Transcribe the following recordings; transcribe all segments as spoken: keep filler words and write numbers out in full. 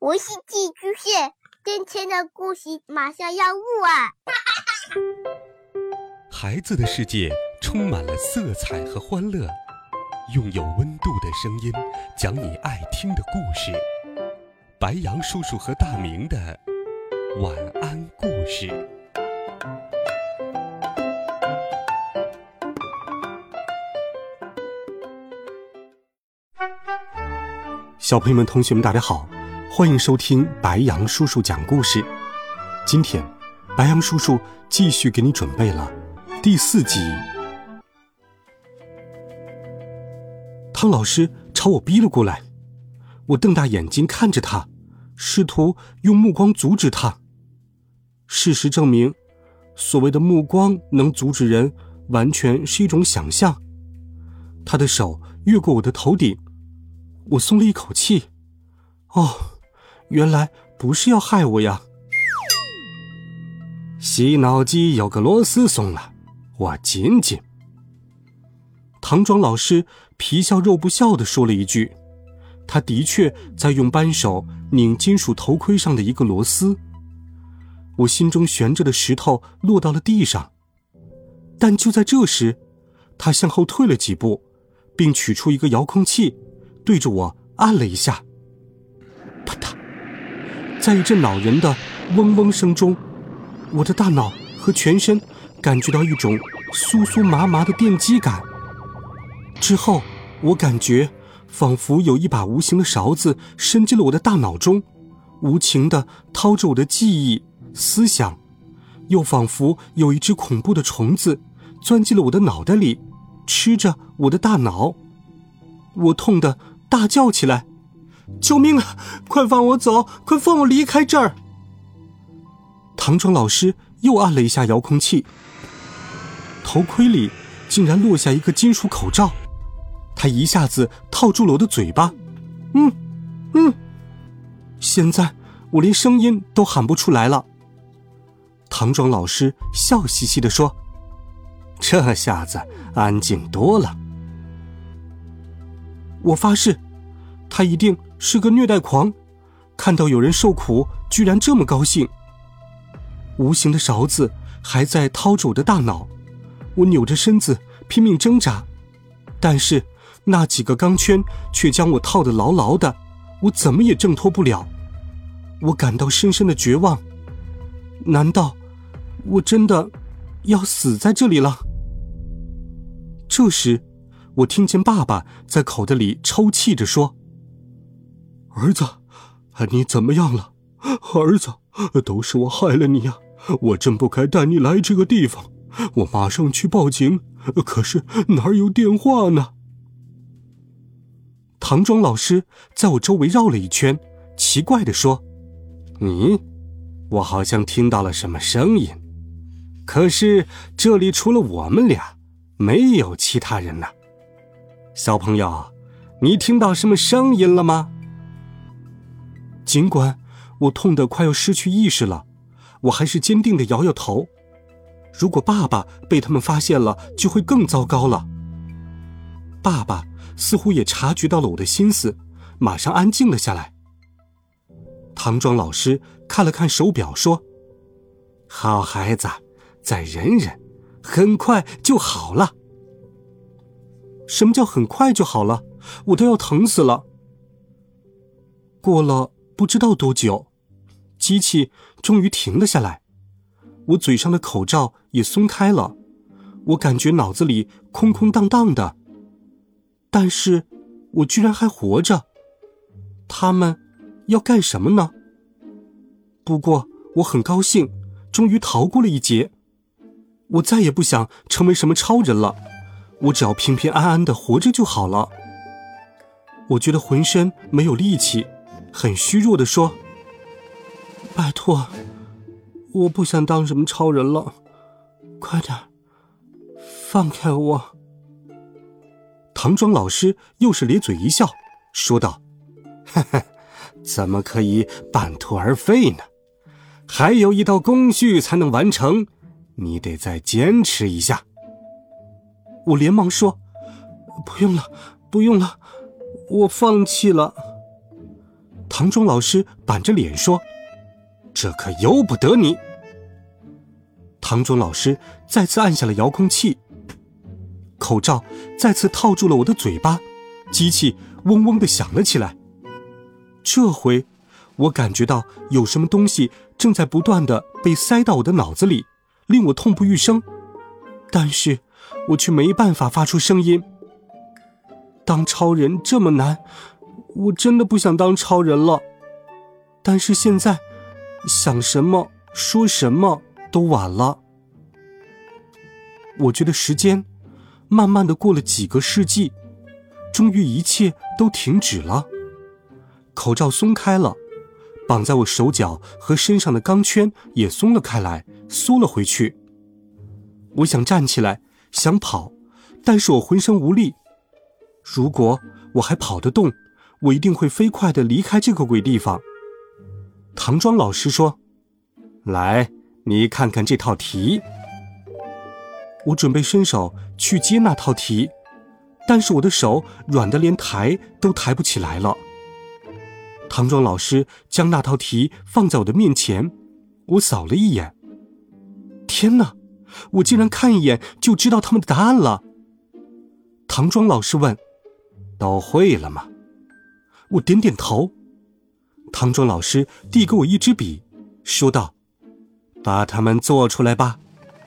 我是寄居蟹，今天的故事马上要录啊！ 孩子的世界充满了色彩和欢乐，用有温度的声音讲你爱听的故事。白杨叔叔和大明的晚安故事。小朋友们、同学们，大家好，欢迎收听白杨叔叔讲故事。今天，白杨叔叔继续给你准备了第四集。汤老师朝我逼了过来，我瞪大眼睛看着他，试图用目光阻止他。事实证明，所谓的目光能阻止人，完全是一种想象。他的手越过我的头顶，我松了一口气。哦，原来不是要害我呀。洗脑机有个螺丝松了，我紧紧。唐庄老师皮笑肉不笑地说了一句，他的确在用扳手拧金属头盔上的一个螺丝。我心中悬着的石头落到了地上，但就在这时，他向后退了几步，并取出一个遥控器，对着我按了一下。啪嗒，在一阵恼人的嗡嗡声中，我的大脑和全身感觉到一种酥酥麻麻的电击感。之后，我感觉仿佛有一把无形的勺子伸进了我的大脑中，无情地掏着我的记忆、思想，又仿佛有一只恐怖的虫子钻进了我的脑袋里，吃着我的大脑。我痛得大叫起来，救命啊！快放我走，快放我离开这儿！唐庄老师又按了一下遥控器，头盔里竟然落下一个金属口罩，他一下子套住了我的嘴巴。嗯嗯，现在我连声音都喊不出来了。唐庄老师笑嘻嘻地说，这下子安静多了。我发誓，他一定是个虐待狂，看到有人受苦居然这么高兴。无形的勺子还在掏着我的大脑，我扭着身子拼命挣扎，但是那几个钢圈却将我套得牢牢的，我怎么也挣脱不了。我感到深深的绝望，难道我真的要死在这里了？这时我听见爸爸在口袋里抽泣着说，儿子，你怎么样了？儿子，都是我害了你呀，我真不该带你来这个地方，我马上去报警，可是哪有电话呢？唐庄老师在我周围绕了一圈，奇怪地说，你，我好像听到了什么声音，可是这里除了我们俩，没有其他人呢。小朋友，你听到什么声音了吗？尽管我痛得快要失去意识了，我还是坚定地摇摇头。如果爸爸被他们发现了，就会更糟糕了。爸爸似乎也察觉到了我的心思，马上安静了下来。唐庄老师看了看手表，说，好孩子，再忍忍，很快就好了。什么叫很快就好了？我都要疼死了。过了不知道多久，机器终于停了下来，我嘴上的口罩也松开了，我感觉脑子里空空荡荡的，但是我居然还活着。他们要干什么呢？不过我很高兴，终于逃过了一劫。我再也不想成为什么超人了，我只要平平安安的活着就好了。我觉得浑身没有力气，很虚弱地说，拜托，我不想当什么超人了，快点，放开我。唐庄老师又是咧嘴一笑，说道，呵呵，怎么可以半途而废呢？还有一道工序才能完成，你得再坚持一下。我连忙说，不用了，不用了，我放弃了。 唐庄老师板着脸说：“这可由不得你。”唐庄老师再次按下了遥控器，口罩再次套住了我的嘴巴，机器嗡嗡地响了起来。这回我感觉到有什么东西正在不断地被塞到我的脑子里，令我痛不欲生，但是我却没办法发出声音。当超人这么难，我真的不想当超人了。但是现在想什么说什么都晚了。我觉得时间慢慢地过了几个世纪，终于一切都停止了。口罩松开了，绑在我手脚和身上的钢圈也松了开来，缩了回去。我想站起来，想跑，但是我浑身无力。如果我还跑得动，我一定会飞快地离开这个鬼地方。唐庄老师说：“来，你看看这套题。”我准备伸手去接那套题，但是我的手软得连抬都抬不起来了。唐庄老师将那套题放在我的面前，我扫了一眼。天哪，我竟然看一眼就知道他们的答案了。唐庄老师问：“都会了吗？”我点点头。唐庄老师递给我一支笔，说道：“把它们做出来吧。”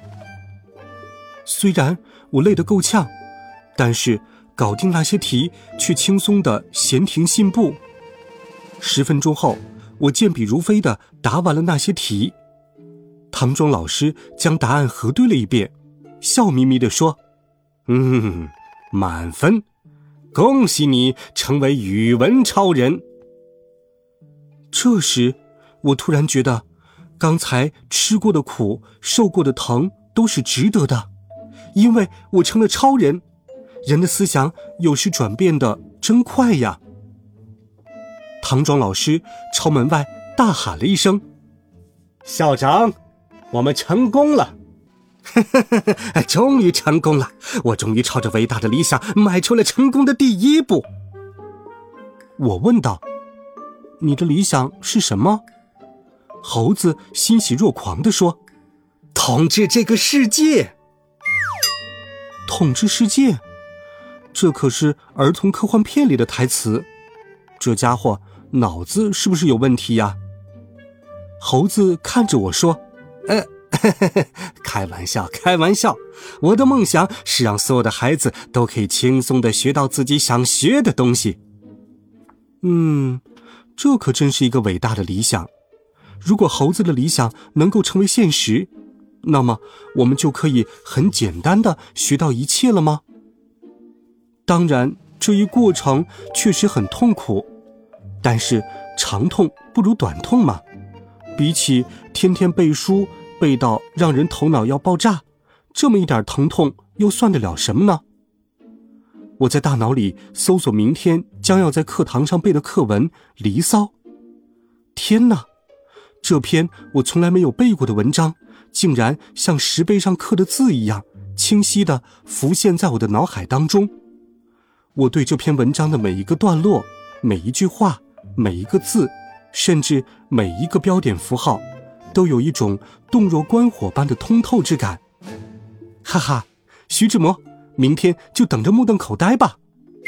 虽然我累得够呛，但是搞定那些题却轻松地闲庭信步。十分钟后，我健笔如飞地答完了那些题。唐庄老师将答案核对了一遍，笑眯眯地说：“嗯，满分，恭喜你成为语文超人。”这时，我突然觉得，刚才吃过的苦，受过的疼，都是值得的，因为我成了超人。人的思想有时转变的真快呀！唐庄老师朝门外大喊了一声：“校长，我们成功了！”终于成功了，我终于朝着伟大的理想迈出了成功的第一步。我问道：“你的理想是什么？”猴子欣喜若狂地说：“统治这个世界。”统治世界？这可是儿童科幻片里的台词。这家伙脑子是不是有问题呀？猴子看着我说：“呃，呵呵呵，开玩笑，开玩笑。我的梦想是让所有的孩子都可以轻松地学到自己想学的东西。”嗯，这可真是一个伟大的理想。如果猴子的理想能够成为现实，那么我们就可以很简单地学到一切了吗？当然，这一过程确实很痛苦，但是长痛不如短痛嘛。比起天天背书背到让人头脑要爆炸，这么一点疼痛又算得了什么呢？我在大脑里搜索明天将要在课堂上背的课文《离骚》。天哪，这篇我从来没有背过的文章，竟然像石碑上刻的字一样清晰地浮现在我的脑海当中。我对这篇文章的每一个段落、每一句话、每一个字，甚至每一个标点符号，都有一种洞若观火般的通透之感。哈哈，徐志摩，明天就等着目瞪口呆吧。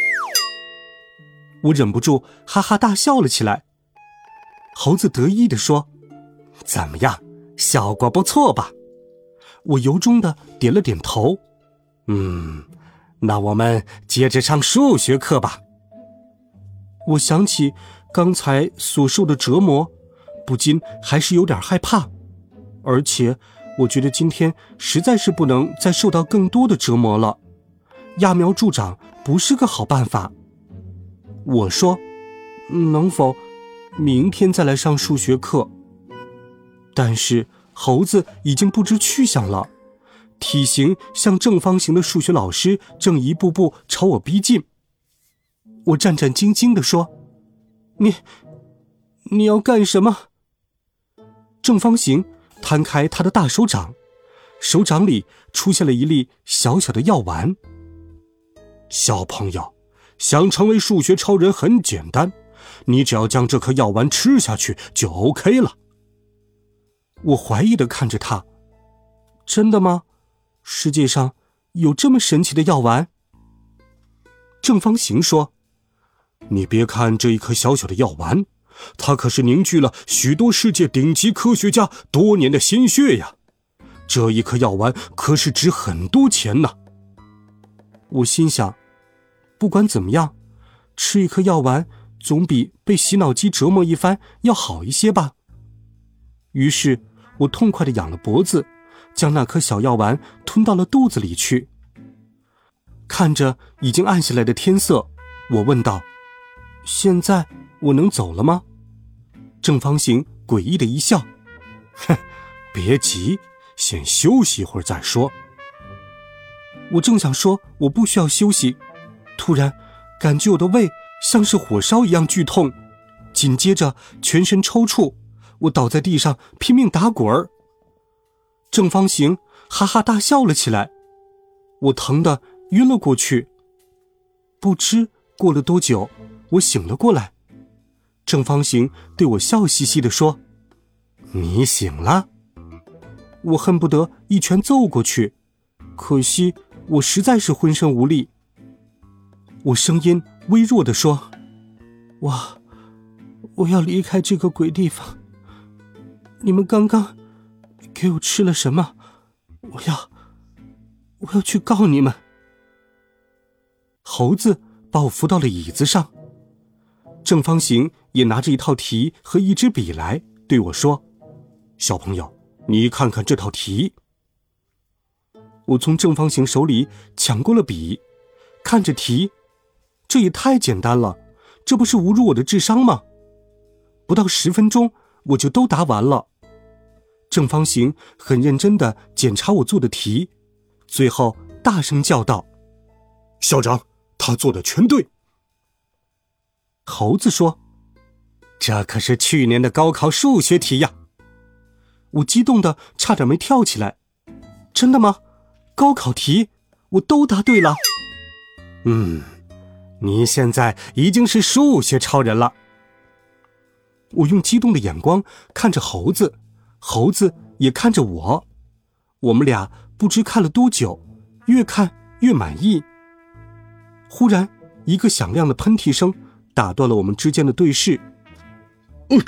我忍不住哈哈大笑了起来。猴子得意地说：“怎么样，效果不错吧？”我由衷地点了点头。嗯，那我们接着上数学课吧。我想起刚才所受的折磨，不禁还是有点害怕，而且我觉得今天实在是不能再受到更多的折磨了。揠苗助长不是个好办法。我说：“能否明天再来上数学课？”但是猴子已经不知去向了，体型像正方形的数学老师正一步步朝我逼近。我战战兢兢地说：“你，你要干什么？”正方形摊开他的大手掌，手掌里出现了一粒小小的药丸。小朋友，想成为数学超人很简单， 你只要将这颗药丸吃下去就 OK 了。我怀疑地看着他，真的吗？世界上有这么神奇的药丸？郑方形说，你别看这一颗小小的药丸，它可是凝聚了许多世界顶级科学家多年的心血呀，这一颗药丸可是值很多钱呢。我心想，不管怎么样，吃一颗药丸总比被洗脑机折磨一番要好一些吧。于是我痛快地仰了脖子，将那颗小药丸吞到了肚子里去。看着已经暗下来的天色，我问道，现在我能走了吗？郑方形诡异的一笑，哼，别急，先休息一会儿再说。我正想说我不需要休息，突然感觉我的胃像是火烧一样剧痛，紧接着全身抽搐，我倒在地上拼命打滚儿。郑方形哈哈大笑了起来，我疼得晕了过去。不知过了多久，我醒了过来。郑方形对我笑嘻嘻地说，你醒了？我恨不得一拳揍过去，可惜我实在是浑身无力。我声音微弱地说，我我要离开这个鬼地方，你们刚刚给我吃了什么？我要我要去告你们。猴子把我扶到了椅子上，郑方形也拿着一套题和一支笔来对我说，小朋友，你看看这套题。我从郑方形手里抢过了笔，看着题，这也太简单了，这不是侮辱我的智商吗？不到十分钟我就都答完了。郑方形很认真地检查我做的题，最后大声叫道，校长，他做的全对。猴子说，这可是去年的高考数学题呀。我激动得差点没跳起来，真的吗？高考题我都答对了。嗯，你现在已经是数学超人了。我用激动的眼光看着猴子，猴子也看着我，我们俩不知看了多久，越看越满意。忽然一个响亮的喷嚏声打断了我们之间的对视。嗯，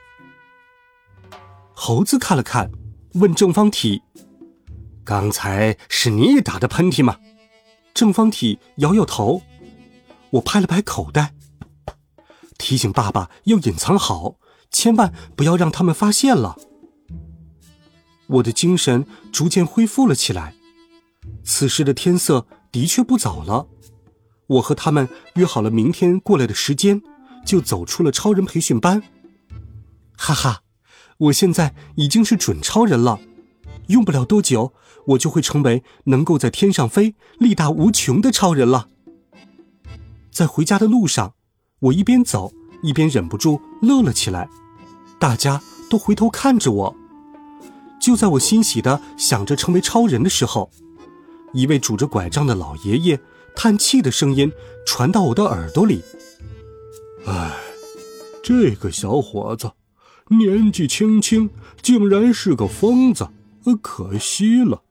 猴子看了看，问正方体，刚才是你打的喷嚏吗？正方体摇摇头。我拍了拍口袋，提醒爸爸要隐藏好，千万不要让他们发现了。我的精神逐渐恢复了起来，此时的天色的确不早了。我和他们约好了明天过来的时间，就走出了超人培训班。哈哈，我现在已经是准超人了，用不了多久，我就会成为能够在天上飞、力大无穷的超人了。在回家的路上，我一边走一边忍不住乐了起来，大家都回头看着我。就在我欣喜地想着成为超人的时候，一位拄着拐杖的老爷爷叹气的声音传到我的耳朵里。唉，这个小伙子年纪轻轻竟然是个疯子，可惜了。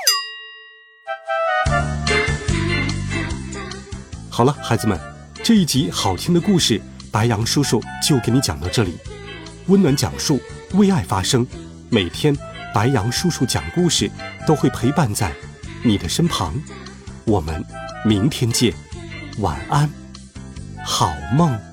好了，孩子们，这一集好听的故事白羊叔叔就给你讲到这里。温暖讲述，为爱发声，每天白羊叔叔讲故事都会陪伴在你的身旁。我们明天见，晚安，好梦。